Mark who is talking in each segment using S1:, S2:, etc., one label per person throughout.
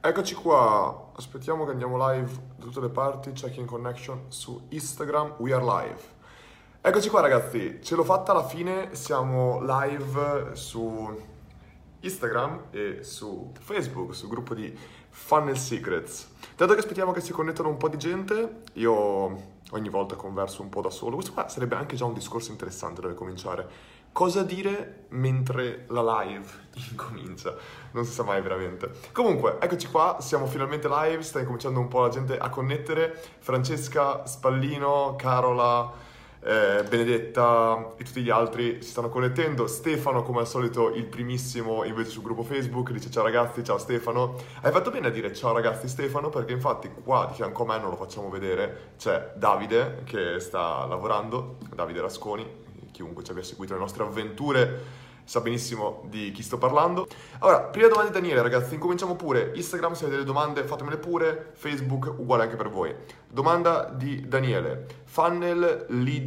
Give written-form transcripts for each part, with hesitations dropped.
S1: Eccoci qua, aspettiamo che andiamo live da tutte le parti, checking connection su Instagram, we are live. Eccoci qua ragazzi, ce l'ho fatta alla fine, siamo live su Instagram e su Facebook, sul gruppo di Funnel Secrets. Dato che aspettiamo che si connettano un po' di gente, io ogni volta converso un po' da solo, questo qua sarebbe anche già un discorso interessante dove cominciare. Cosa dire mentre la live incomincia? Non si sa mai veramente. Comunque, eccoci qua, siamo finalmente live, sta incominciando un po' la gente a connettere. Francesca, Spallino, Carola, Benedetta e tutti gli altri si stanno connettendo. Stefano, come al solito, il primissimo invece sul gruppo Facebook, dice ciao ragazzi, ciao Stefano. Hai fatto bene a dire ciao ragazzi Stefano, perché infatti qua di fianco a me non lo facciamo vedere, c'è Davide che sta lavorando, Davide Rasconi. Chiunque ci abbia seguito le nostre avventure sa benissimo di chi sto parlando. Allora, prima domanda di Daniele, ragazzi, incominciamo pure. Instagram, se avete delle domande, fatemele pure. Facebook, uguale anche per voi. Domanda di Daniele. Funnel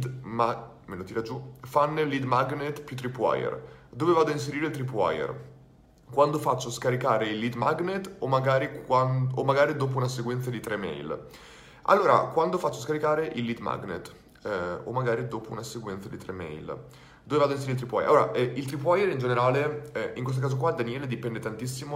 S1: lead magnet più tripwire. Dove vado a inserire il tripwire? Quando faccio scaricare il lead magnet o magari dopo una sequenza di 3 mail? Allora, quando faccio scaricare il lead magnet? O magari dopo una sequenza di 3 mail. Dove vado a inserire il tripwire? Ora, il tripwire in generale, in questo caso qua, Daniele, dipende tantissimo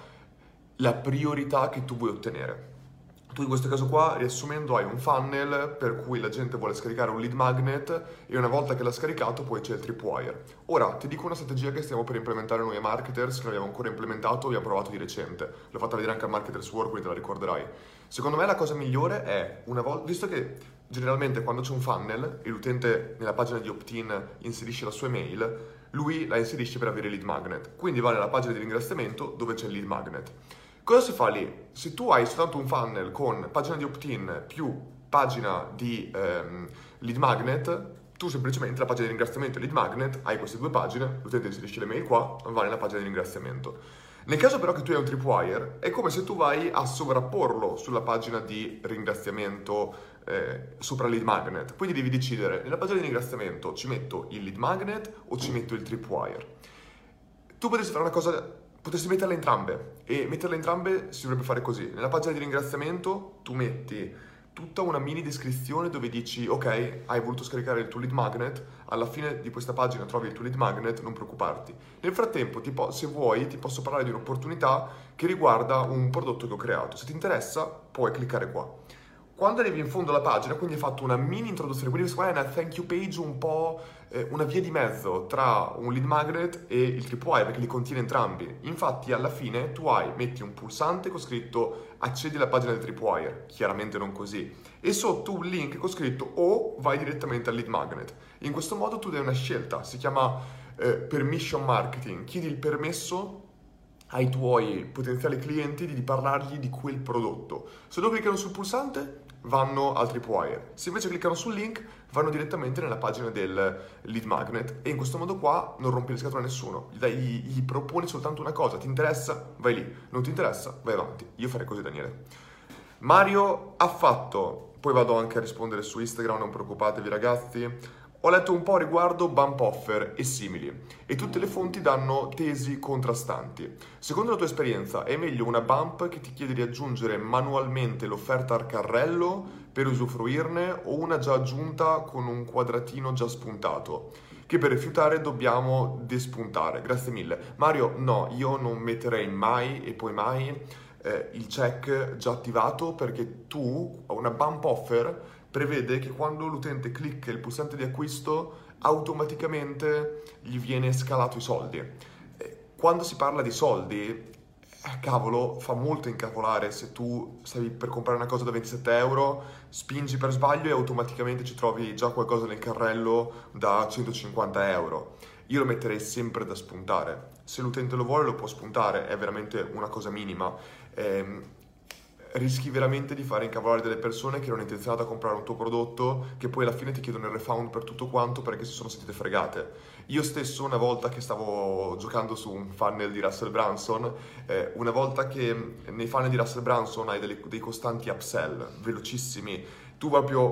S1: dalla priorità che tu vuoi ottenere. Tu in questo caso qua, riassumendo, hai un funnel per cui la gente vuole scaricare un lead magnet e una volta che l'ha scaricato poi c'è il tripwire. Ora, ti dico una strategia che stiamo per implementare noi a Marketers, che non abbiamo ancora implementato, abbiamo provato di recente. L'ho fatta vedere anche a Marketers Work, quindi te la ricorderai. Secondo me la cosa migliore è, una volta, visto che generalmente quando c'è un funnel e l'utente nella pagina di opt-in inserisce la sua email, lui la inserisce per avere il lead magnet. Quindi va nella pagina di ringraziamento dove c'è il lead magnet. Cosa si fa lì? Se tu hai soltanto un funnel con pagina di opt-in più pagina di lead magnet, tu semplicemente la pagina di ringraziamento e lead magnet, hai queste due pagine, l'utente inserisce le mail qua, va nella pagina di ringraziamento. Nel caso però che tu hai un tripwire, è come se tu vai a sovrapporlo sulla pagina di ringraziamento sopra il lead magnet. Quindi devi decidere, nella pagina di ringraziamento ci metto il lead magnet o ci metto il tripwire. Tu potresti fare una cosa, potresti metterle entrambe, e metterle entrambe si dovrebbe fare così. Nella pagina di ringraziamento tu metti tutta una mini descrizione dove dici ok, hai voluto scaricare il tuo lead magnet, alla fine di questa pagina trovi il tuo lead magnet, non preoccuparti. Nel frattempo, se vuoi, ti posso parlare di un'opportunità che riguarda un prodotto che ho creato. Se ti interessa, puoi cliccare qua. Quando arrivi in fondo alla pagina, quindi hai fatto una mini introduzione, quindi questa qua è una thank you page un po' una via di mezzo tra un lead magnet e il tripwire, perché li contiene entrambi. Infatti alla fine tu metti un pulsante con scritto accedi alla pagina del tripwire, chiaramente non così, e sotto un link con scritto o vai direttamente al lead magnet. In questo modo tu dai una scelta, si chiama permission marketing, chiedi il permesso ai tuoi potenziali clienti di parlargli di quel prodotto. Se loro cliccano sul pulsante, vanno al tripwire. Se invece cliccano sul link, vanno direttamente nella pagina del lead magnet e in questo modo qua non rompi le scatole a nessuno. Gli proponi soltanto una cosa, ti interessa? Vai lì, non ti interessa? Vai avanti. Io farei così, Daniele. Mario ha fatto, poi vado anche a rispondere su Instagram, non preoccupatevi ragazzi. Ho letto un po' riguardo bump offer e simili e tutte le fonti danno tesi contrastanti. Secondo la tua esperienza è meglio una bump che ti chiede di aggiungere manualmente l'offerta al carrello per usufruirne o una già aggiunta con un quadratino già spuntato che per rifiutare dobbiamo despuntare? Grazie mille. Mario, no, io non metterei mai e poi mai il check già attivato perché tu, una bump offer, prevede che quando l'utente clicca il pulsante di acquisto automaticamente gli viene scalato i soldi. Quando si parla di soldi, cavolo, fa molto incavolare se tu stai per comprare una cosa da 27 euro, spingi per sbaglio e automaticamente ci trovi già qualcosa nel carrello da 150 euro. Io lo metterei sempre da spuntare. Se l'utente lo vuole lo può spuntare, è veramente una cosa minima. Rischi veramente di fare incavolare delle persone che erano intenzionate a comprare un tuo prodotto, che poi alla fine ti chiedono il refund per tutto quanto perché si sono sentite fregate. Io stesso, una volta che stavo giocando su un funnel di Russell Brunson, una volta che nei funnel di Russell Brunson hai dei costanti upsell velocissimi, tu proprio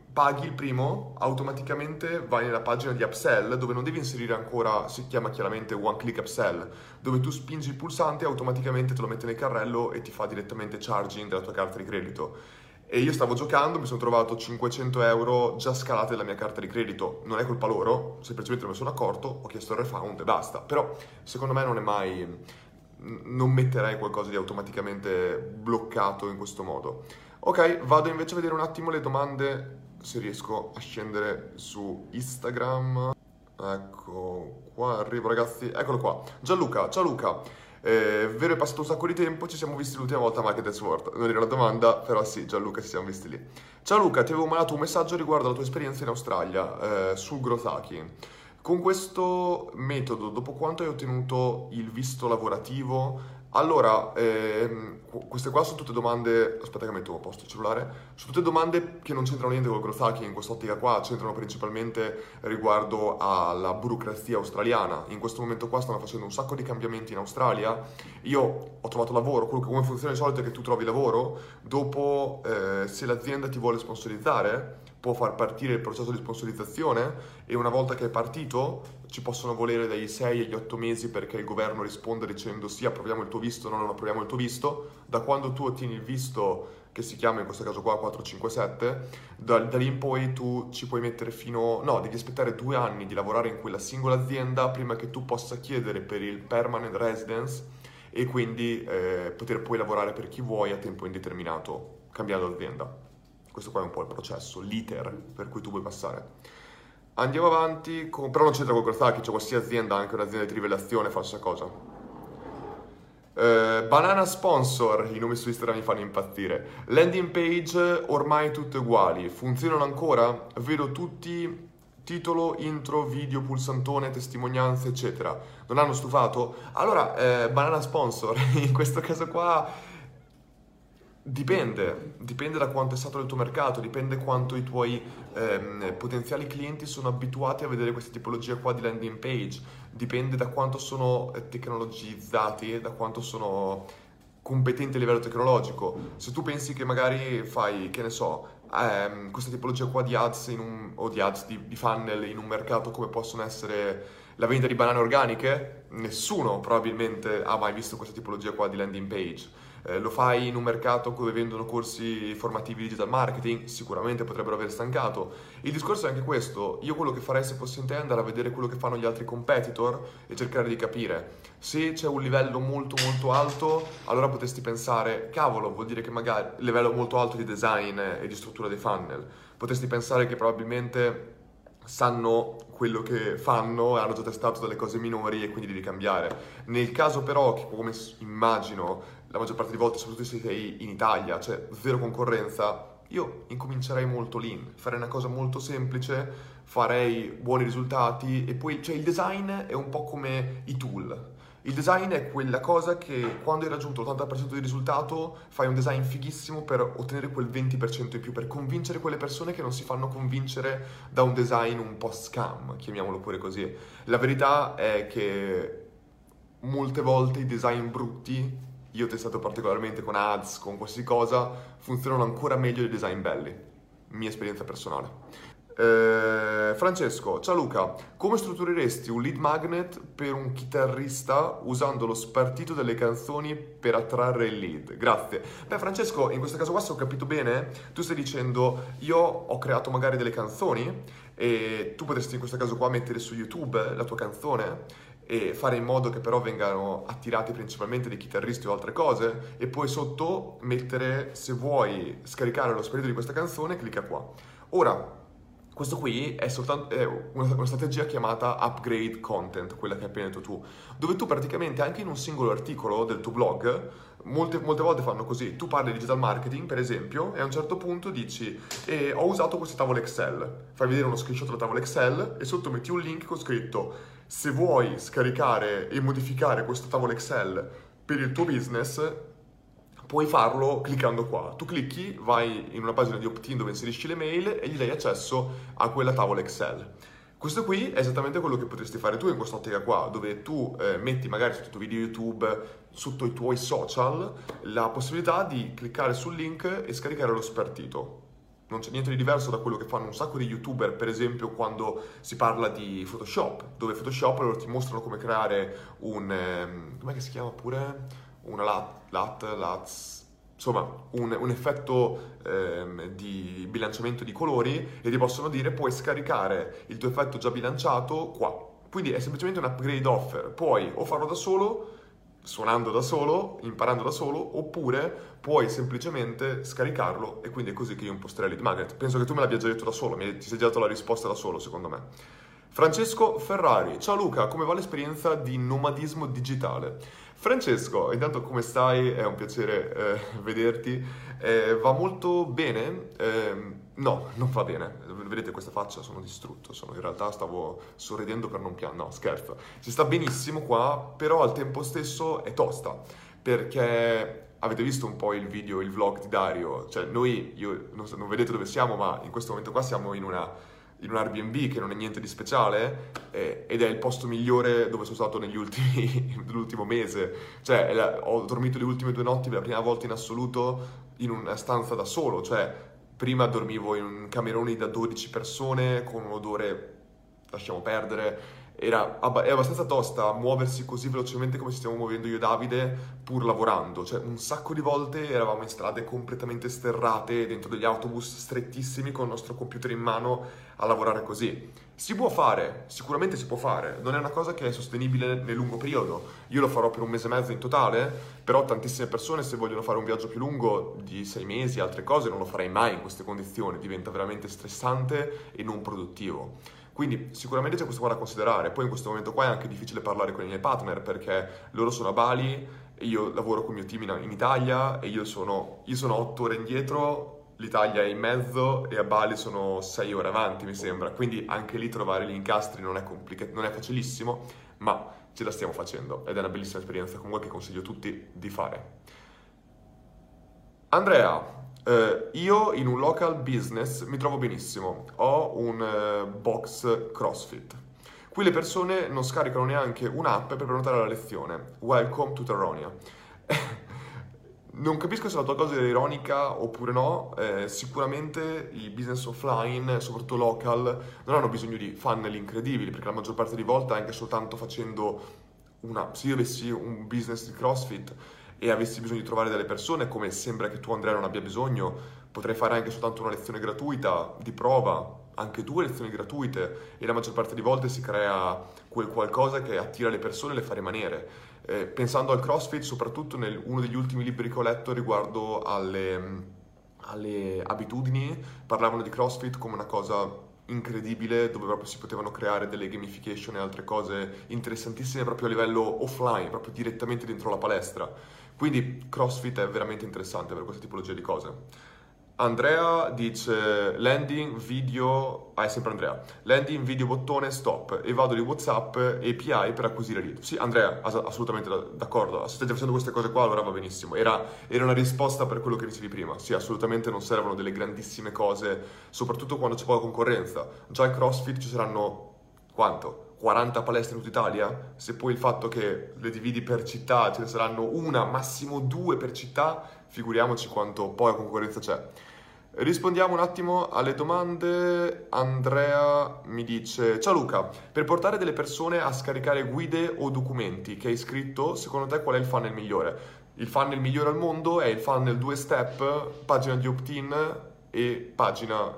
S1: paghi il primo, automaticamente vai nella pagina di upsell dove non devi inserire ancora, si chiama chiaramente one click upsell, dove tu spingi il pulsante e automaticamente te lo mette nel carrello e ti fa direttamente charging della tua carta di credito. E io stavo giocando, mi sono trovato 500 euro già scalate dalla mia carta di credito. Non è colpa loro, semplicemente non me ne sono accorto, ho chiesto il refund e basta. Però secondo me non è mai, non metterei qualcosa di automaticamente bloccato in questo modo. Ok, vado invece a vedere un attimo le domande, se riesco a scendere su Instagram. Ecco qua, arrivo ragazzi, eccolo qua. Gianluca, ciao Luca. Vero, è passato un sacco di tempo, ci siamo visti l'ultima volta a Market Sword. Non era una domanda, però sì, Gianluca, ci siamo visti lì. Ciao Luca, ti avevo mandato un messaggio riguardo alla tua esperienza in Australia, sul Growth Hacking. Con questo metodo, dopo quanto hai ottenuto il visto lavorativo? Allora, queste qua sono tutte domande. Aspetta che metto a posto il cellulare. Sono tutte domande che non c'entrano niente col growth hacking in quest'ottica qua, c'entrano principalmente riguardo alla burocrazia australiana. In questo momento qua stanno facendo un sacco di cambiamenti in Australia. Io ho trovato lavoro, quello che come funziona di solito è che tu trovi lavoro, dopo se l'azienda ti vuole sponsorizzare può far partire il processo di sponsorizzazione e una volta che è partito ci possono volere dai 6 agli 8 mesi perché il governo risponde dicendo sì, approviamo il tuo visto, no, non approviamo il tuo visto. Da quando tu ottieni il visto, che si chiama in questo caso qua 457, da lì in poi tu ci puoi mettere devi aspettare 2 anni di lavorare in quella singola azienda prima che tu possa chiedere per il permanent residence e quindi poter poi lavorare per chi vuoi a tempo indeterminato, cambiando azienda. Questo qua è un po' il processo, l'iter per cui tu puoi passare. Andiamo avanti, però non c'entra con growth hacking, c'è qualsiasi azienda, anche un'azienda di rivelazione fa la stessa cosa. Banana sponsor, i nomi su Instagram mi fanno impazzire. Landing page ormai tutte uguali, funzionano ancora? Vedo tutti titolo, intro, video, pulsantone, testimonianze, eccetera. Non hanno stufato? Allora, banana sponsor, in questo caso qua dipende da quanto è stato il tuo mercato, dipende quanto i tuoi potenziali clienti sono abituati a vedere questa tipologia qua di landing page, dipende da quanto sono tecnologizzati, da quanto sono competenti a livello tecnologico. Se tu pensi che magari fai, che ne so, questa tipologia qua di ads o di ads di funnel in un mercato come possono essere la vendita di banane organiche, nessuno probabilmente ha mai visto questa tipologia qua di landing page. Lo fai in un mercato dove vendono corsi formativi di digital marketing, sicuramente potrebbero aver stancato. Il discorso è anche questo, io quello che farei se fossi in te è andare a vedere quello che fanno gli altri competitor e cercare di capire. Se c'è un livello molto molto alto, allora potresti pensare, cavolo, vuol dire che magari livello molto alto di design e di struttura dei funnel, potresti pensare che probabilmente sanno quello che fanno e hanno già testato delle cose minori e quindi devi cambiare. Nel caso però, che come immagino la maggior parte delle volte, soprattutto se sei in Italia, cioè zero concorrenza, io incomincerei molto lean, farei una cosa molto semplice, farei buoni risultati e poi, cioè il design è un po' come i tool. Il design è quella cosa che quando hai raggiunto l'80% di risultato fai un design fighissimo per ottenere quel 20% in più, per convincere quelle persone che non si fanno convincere da un design un po' scam, chiamiamolo pure così. La verità è che molte volte i design brutti, io ho testato particolarmente con ads, con qualsiasi cosa, funzionano ancora meglio dei design belli, mia esperienza personale. Francesco, ciao Luca, come struttureresti un lead magnet per un chitarrista usando lo spartito delle canzoni per attrarre il lead? Grazie. Beh Francesco, in questo caso qua se ho capito bene, tu stai dicendo io ho creato magari delle canzoni e tu potresti in questo caso qua mettere su YouTube la tua canzone e fare in modo che però vengano attirati principalmente dei chitarristi o altre cose e poi sotto mettere, se vuoi scaricare lo spirito di questa canzone, clicca qua. Ora, questo qui è una strategia chiamata upgrade content, quella che hai appena detto tu, dove tu praticamente anche in un singolo articolo del tuo blog, molte volte fanno così, tu parli di digital marketing per esempio e a un certo punto dici ho usato queste tavole Excel, fai vedere uno screenshot della tavola Excel e sotto metti un link con scritto se vuoi scaricare e modificare questa tavola Excel per il tuo business, puoi farlo cliccando qua. Tu clicchi, vai in una pagina di opt-in dove inserisci le mail e gli dai accesso a quella tavola Excel. Questo qui è esattamente quello che potresti fare tu in quest'ottica qua, dove tu metti magari sotto i tuoi video YouTube, sotto i tuoi social, la possibilità di cliccare sul link e scaricare lo spartito. non c'è niente di diverso da quello che fanno un sacco di YouTuber, per esempio quando si parla di Photoshop, dove Photoshop loro ti mostrano come creare com'è che si chiama pure? Una LUTs, insomma, un effetto di bilanciamento di colori e ti possono dire puoi scaricare il tuo effetto già bilanciato qua. Quindi è semplicemente un upgrade offer, puoi o farlo da solo, suonando da solo, imparando da solo, oppure puoi semplicemente scaricarlo e quindi è così che io imposterei Lead Magnet. Penso che tu me l'abbia già detto da solo, ti sei già dato la risposta da solo, secondo me. Francesco Ferrari, ciao Luca, come va l'esperienza di nomadismo digitale? Francesco, intanto come stai? È un piacere vederti. Va molto bene? No, non va bene. Vedete questa faccia? Sono distrutto. In realtà stavo sorridendo per non piangere. No, scherzo. Si sta benissimo qua, però al tempo stesso è tosta. Perché avete visto un po' il video, il vlog di Dario? Cioè, io non vedete dove siamo, ma in questo momento qua siamo in un Airbnb che non è niente di speciale ed è il posto migliore dove sono stato nell'ultimo mese. Cioè, ho dormito le ultime 2 notti per la prima volta in assoluto in una stanza da solo. Cioè, prima dormivo in un camerone da 12 persone con un odore, lasciamo perdere. È abbastanza tosta muoversi così velocemente come ci stiamo muovendo io e Davide pur lavorando. Cioè, un sacco di volte eravamo in strade completamente sterrate, dentro degli autobus strettissimi con il nostro computer in mano a lavorare così. Si può fare, sicuramente si può fare, non è una cosa che è sostenibile nel lungo periodo. Io lo farò per 1 mese e mezzo in totale, però tantissime persone se vogliono fare un viaggio più lungo di 6 mesi, altre cose, non lo farei mai in queste condizioni, diventa veramente stressante e non produttivo. Quindi sicuramente c'è questo qua da considerare. Poi in questo momento qua è anche difficile parlare con i miei partner perché loro sono a Bali e io lavoro con il mio team in Italia e io sono 8 ore indietro, l'Italia è in mezzo e a Bali sono 6 ore avanti mi sembra. Quindi anche lì trovare gli incastri non è facilissimo, ma ce la stiamo facendo ed è una bellissima esperienza comunque che consiglio a tutti di fare. Andrea, io in un local business mi trovo benissimo, ho un box CrossFit. Qui le persone non scaricano neanche un'app per prenotare la lezione. Welcome to Terronia. Non capisco se la tua cosa era ironica oppure no, sicuramente i business offline, soprattutto local, non hanno bisogno di funnel incredibili, perché la maggior parte di volte anche soltanto facendo se io avessi un business di CrossFit e avessi bisogno di trovare delle persone, come sembra che tu Andrea non abbia bisogno, potrei fare anche soltanto una lezione gratuita di prova, anche 2 lezioni gratuite e la maggior parte di volte si crea quel qualcosa che attira le persone e le fa rimanere. Pensando al CrossFit, soprattutto uno degli ultimi libri che ho letto riguardo alle abitudini, parlavano di CrossFit come una cosa incredibile dove proprio si potevano creare delle gamification e altre cose interessantissime proprio a livello offline, proprio direttamente dentro la palestra. Quindi CrossFit è veramente interessante per questa tipologia di cose. Andrea dice landing video, è sempre Andrea, landing video bottone stop e vado di WhatsApp API per acquisire lead. Sì, Andrea, assolutamente d'accordo, se state facendo queste cose qua allora va benissimo. Era una risposta per quello che dicevi prima. Sì, assolutamente non servono delle grandissime cose, soprattutto quando c'è poca concorrenza. Già al CrossFit ci saranno, quanto? 40 palestre in tutta Italia? Se poi il fatto che le dividi per città, ce ne saranno una, massimo 2 per città, figuriamoci quanto poca concorrenza c'è. Rispondiamo un attimo alle domande. Andrea mi dice: ciao Luca, per portare delle persone a scaricare guide o documenti che hai scritto, secondo te qual è il funnel migliore? Il funnel migliore al mondo è il funnel 2 step, pagina di opt-in e pagina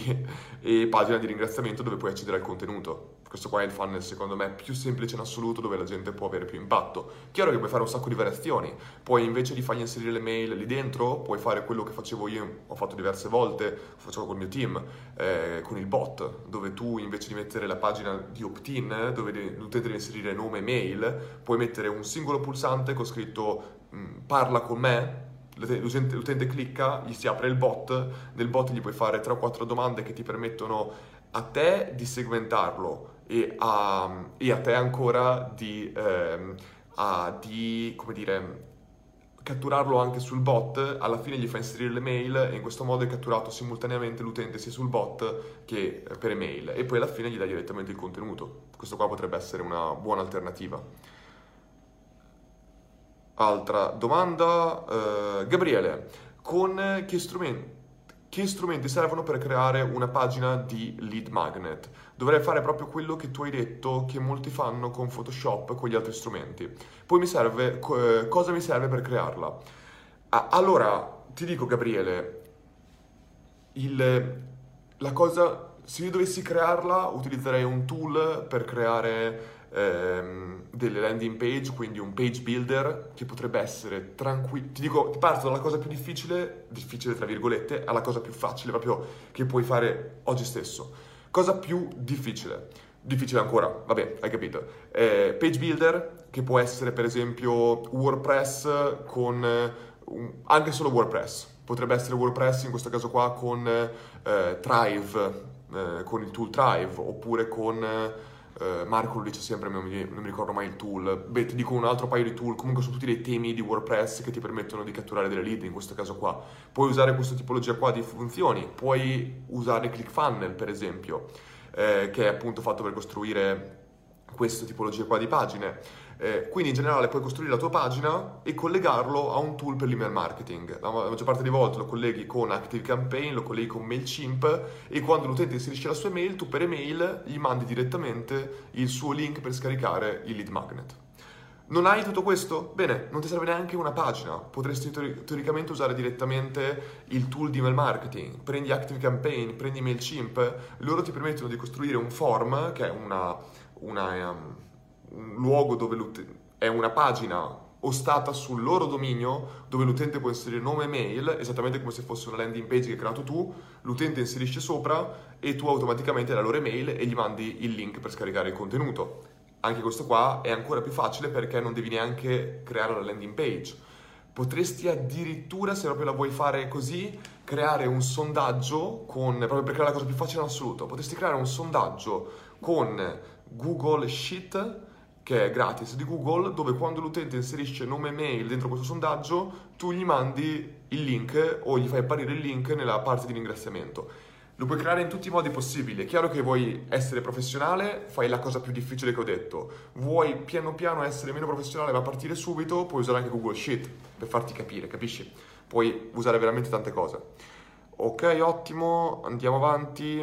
S1: di ringraziamento dove puoi accedere al contenuto. Questo qua è il funnel secondo me più semplice in assoluto dove la gente può avere più impatto. Chiaro che puoi fare un sacco di variazioni, poi invece di fargli inserire le mail lì dentro puoi fare quello che facevo io, ho fatto diverse volte, facevo col mio team, con il bot, dove tu invece di mettere la pagina di opt-in dove l'utente deve inserire nome e mail, puoi mettere un singolo pulsante con scritto parla con me. L'utente clicca, gli si apre il bot, nel bot gli puoi fare 3 o 4 domande che ti permettono a te di segmentarlo e a te ancora come dire, catturarlo anche sul bot. Alla fine gli fa inserire le mail e in questo modo è catturato simultaneamente l'utente sia sul bot che per email e poi alla fine gli dai direttamente il contenuto. Questo qua potrebbe essere una buona alternativa. Altra domanda, Gabriele, con che strumenti? che strumenti servono per creare una pagina di lead magnet. Dovrei fare proprio quello che tu hai detto che molti fanno con Photoshop, con gli altri strumenti. Poi mi serve, cosa mi serve per crearla? Allora, ti dico Gabriele, la cosa, se io dovessi crearla, utilizzerei un tool per creare delle landing page, quindi un page builder che potrebbe essere tranquillo. Ti dico, ti parto dalla cosa più difficile, difficile tra virgolette, alla cosa più facile proprio che puoi fare oggi stesso. Cosa più difficile? Difficile ancora, vabbè, hai capito. Page builder che può essere per esempio WordPress con anche solo WordPress. Potrebbe essere WordPress in questo caso qua con Thrive, con il tool Thrive, oppure con Marco lo dice sempre, non mi ricordo mai il tool. Beh, ti dico un altro paio di tool, comunque sono tutti dei temi di WordPress che ti permettono di catturare delle lead, in questo caso qua. Puoi usare questa tipologia qua di funzioni, puoi usare ClickFunnels per esempio, che è appunto fatto per costruire questa tipologia qua di pagine. Quindi in generale puoi costruire la tua pagina e collegarlo a un tool per l'email marketing. La maggior parte delle volte lo colleghi con ActiveCampaign, lo colleghi con MailChimp e quando l'utente inserisce la sua email, tu per email gli mandi direttamente il suo link per scaricare il lead magnet. Non hai tutto questo? Bene, non ti serve neanche una pagina. Potresti teoricamente usare direttamente il tool di email marketing. Prendi ActiveCampaign, prendi MailChimp, loro ti permettono di costruire un form, che è un luogo dove è una pagina ostata sul loro dominio dove l'utente può inserire nome e mail, esattamente come se fosse una landing page che hai creato tu, l'utente inserisce sopra e tu automaticamente la loro email e gli mandi il link per scaricare il contenuto. Anche questo qua è ancora più facile perché non devi neanche creare la landing page. Potresti addirittura, se proprio la vuoi fare così, creare un sondaggio proprio per creare la cosa più facile in assoluto, potresti creare un sondaggio con Google Sheet, che è gratis di Google, dove quando l'utente inserisce nome e mail dentro questo sondaggio, tu gli mandi il link o gli fai apparire il link nella parte di ringraziamento. Lo puoi creare in tutti i modi possibili. È chiaro che vuoi essere professionale, fai la cosa più difficile che ho detto. Vuoi piano piano essere meno professionale ma partire subito, puoi usare anche Google Sheet per farti capire, capisci? Puoi usare veramente tante cose. Ok, ottimo, andiamo avanti.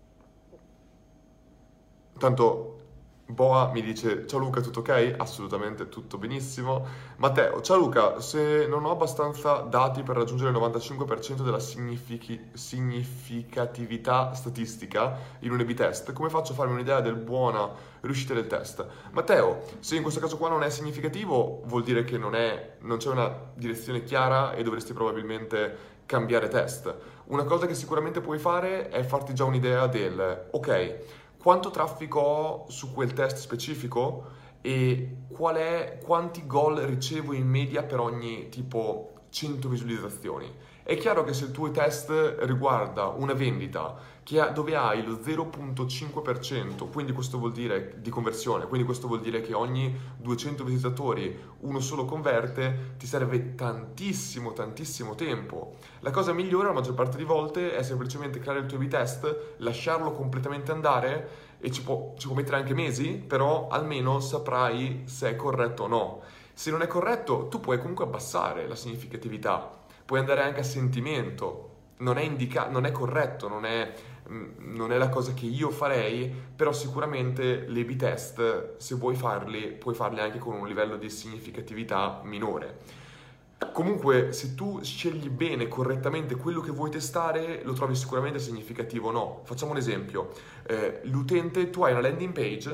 S1: Intanto Boa mi dice: ciao Luca, tutto ok? Assolutamente tutto benissimo. Matteo: ciao Luca, se non ho abbastanza dati per raggiungere il 95% della significatività statistica in un A/B test, come faccio a farmi un'idea del buona riuscita del test? Matteo, se in questo caso qua non è significativo, vuol dire che non c'è una direzione chiara e dovresti probabilmente cambiare test. Una cosa che sicuramente puoi fare è farti già un'idea del ok, quanto traffico ho su quel test specifico e quanti gol ricevo in media per ogni tipo 100 visualizzazioni. È chiaro che se il tuo test riguarda una vendita dove hai lo 0,5%, quindi questo vuol dire di conversione, quindi questo vuol dire che ogni 200 visitatori uno solo converte, ti serve tantissimo tempo. La cosa migliore la maggior parte di volte è semplicemente creare il tuo A/B test, lasciarlo completamente andare e ci può mettere anche mesi, però almeno saprai se è corretto o no. Se non è corretto, tu puoi comunque abbassare la significatività, puoi andare anche a sentimento, non è corretto, non è la cosa che io farei, però sicuramente le A/B test, se vuoi farli, puoi farli anche con un livello di significatività minore. Comunque, se tu scegli bene, correttamente quello che vuoi testare, lo trovi sicuramente significativo o no. Facciamo un esempio. Tu hai una landing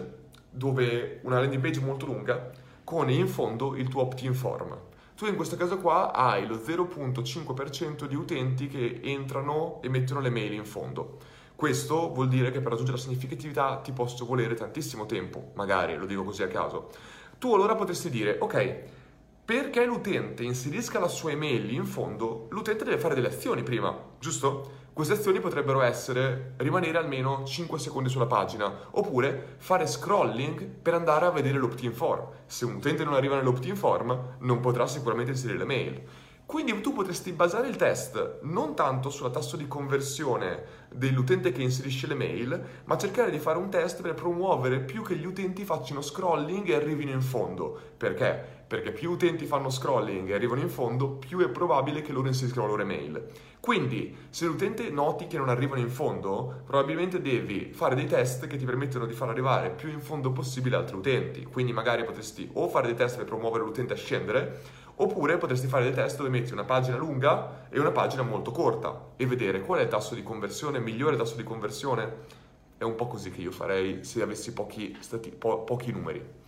S1: page molto lunga, con in fondo il tuo opt-in form. Tu in questo caso qua hai lo 0,5% di utenti che entrano e mettono le mail in fondo. Questo vuol dire che per raggiungere la significatività ti posso volere tantissimo tempo, magari, lo dico così a caso. Tu allora potresti dire, ok, perché l'utente inserisca la sua email in fondo, l'utente deve fare delle azioni prima, giusto? Queste azioni potrebbero essere rimanere almeno 5 secondi sulla pagina, oppure fare scrolling per andare a vedere l'opt-in form. Se un utente non arriva nell'opt-in form, non potrà sicuramente inserire le mail. Quindi tu potresti basare il test non tanto sulla tasso di conversione dell'utente che inserisce le mail, ma cercare di fare un test per promuovere più che gli utenti facciano scrolling e arrivino in fondo. Perché? Perché più utenti fanno scrolling e arrivano in fondo, più è probabile che loro inseriscano le loro email. Quindi, se l'utente noti che non arrivano in fondo, probabilmente devi fare dei test che ti permettono di far arrivare più in fondo possibile altri utenti. Quindi magari potresti o fare dei test per promuovere l'utente a scendere, oppure potresti fare dei test dove metti una pagina lunga e una pagina molto corta e vedere qual è il tasso di conversione, migliore tasso di conversione. È un po' così che io farei se avessi pochi numeri.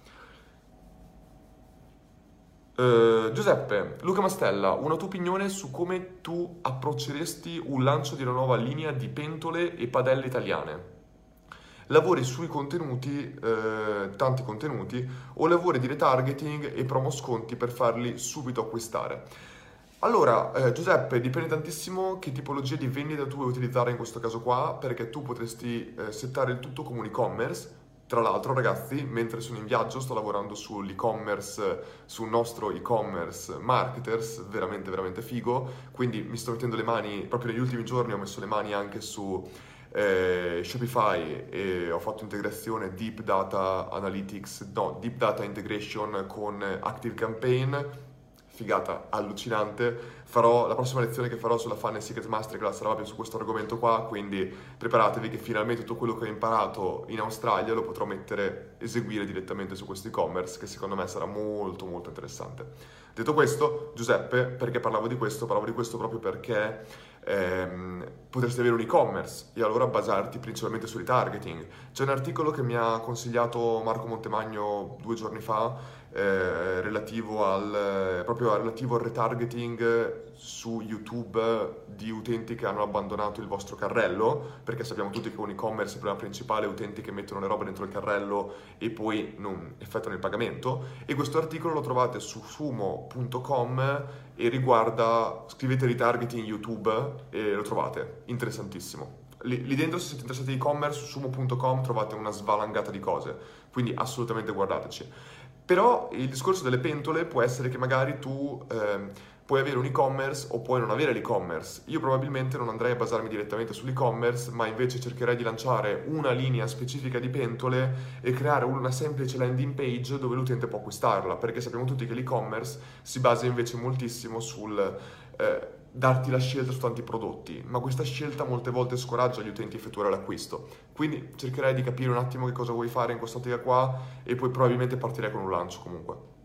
S1: Giuseppe, Luca Mastella, una tua opinione su come tu approcceresti un lancio di una nuova linea di pentole e padelle italiane? Lavori sui contenuti, tanti contenuti, o lavori di retargeting e promo sconti per farli subito acquistare? Allora, Giuseppe, dipende tantissimo che tipologia di vendita tu vuoi utilizzare in questo caso qua, perché tu potresti settare il tutto come un e-commerce. Tra l'altro, ragazzi, mentre sono in viaggio sto lavorando sull'e-commerce, sul nostro e-commerce marketers, veramente, veramente figo, quindi mi sto mettendo le mani, proprio negli ultimi giorni ho messo le mani anche su Shopify e ho fatto integrazione Deep Data Analytics, no, Deep Data Integration con ActiveCampaign, figata allucinante. La prossima lezione che farò sulla Funnel Secret Masterclass sarà proprio su questo argomento qua, quindi preparatevi che finalmente tutto quello che ho imparato in Australia lo potrò eseguire direttamente su questo e-commerce, che secondo me sarà molto molto interessante. Detto questo, Giuseppe, perché parlavo di questo? Parlavo di questo proprio perché potresti avere un e-commerce e allora basarti principalmente sul retargeting. C'è un articolo che mi ha consigliato Marco Montemagno 2 giorni fa, proprio relativo al retargeting su YouTube di utenti che hanno abbandonato il vostro carrello, perché sappiamo tutti che un e-commerce il problema principale è utenti che mettono le robe dentro il carrello e poi non effettuano il pagamento, e questo articolo lo trovate su sumo.com e riguarda, scrivete retargeting YouTube e lo trovate, interessantissimo. Lì dentro, se siete interessati in e-commerce, su sumo.com trovate una svalangata di cose, quindi assolutamente guardateci. Però il discorso delle pentole può essere che magari tu puoi avere un e-commerce o puoi non avere l'e-commerce. Io probabilmente non andrei a basarmi direttamente sull'e-commerce, ma invece cercherei di lanciare una linea specifica di pentole e creare una semplice landing page dove l'utente può acquistarla, perché sappiamo tutti che l'e-commerce si basa invece moltissimo sul darti la scelta su tanti prodotti, ma questa scelta molte volte scoraggia gli utenti a effettuare l'acquisto. Quindi cercherei di capire un attimo che cosa vuoi fare in quest'ottica qua e poi probabilmente partirei con un lancio comunque.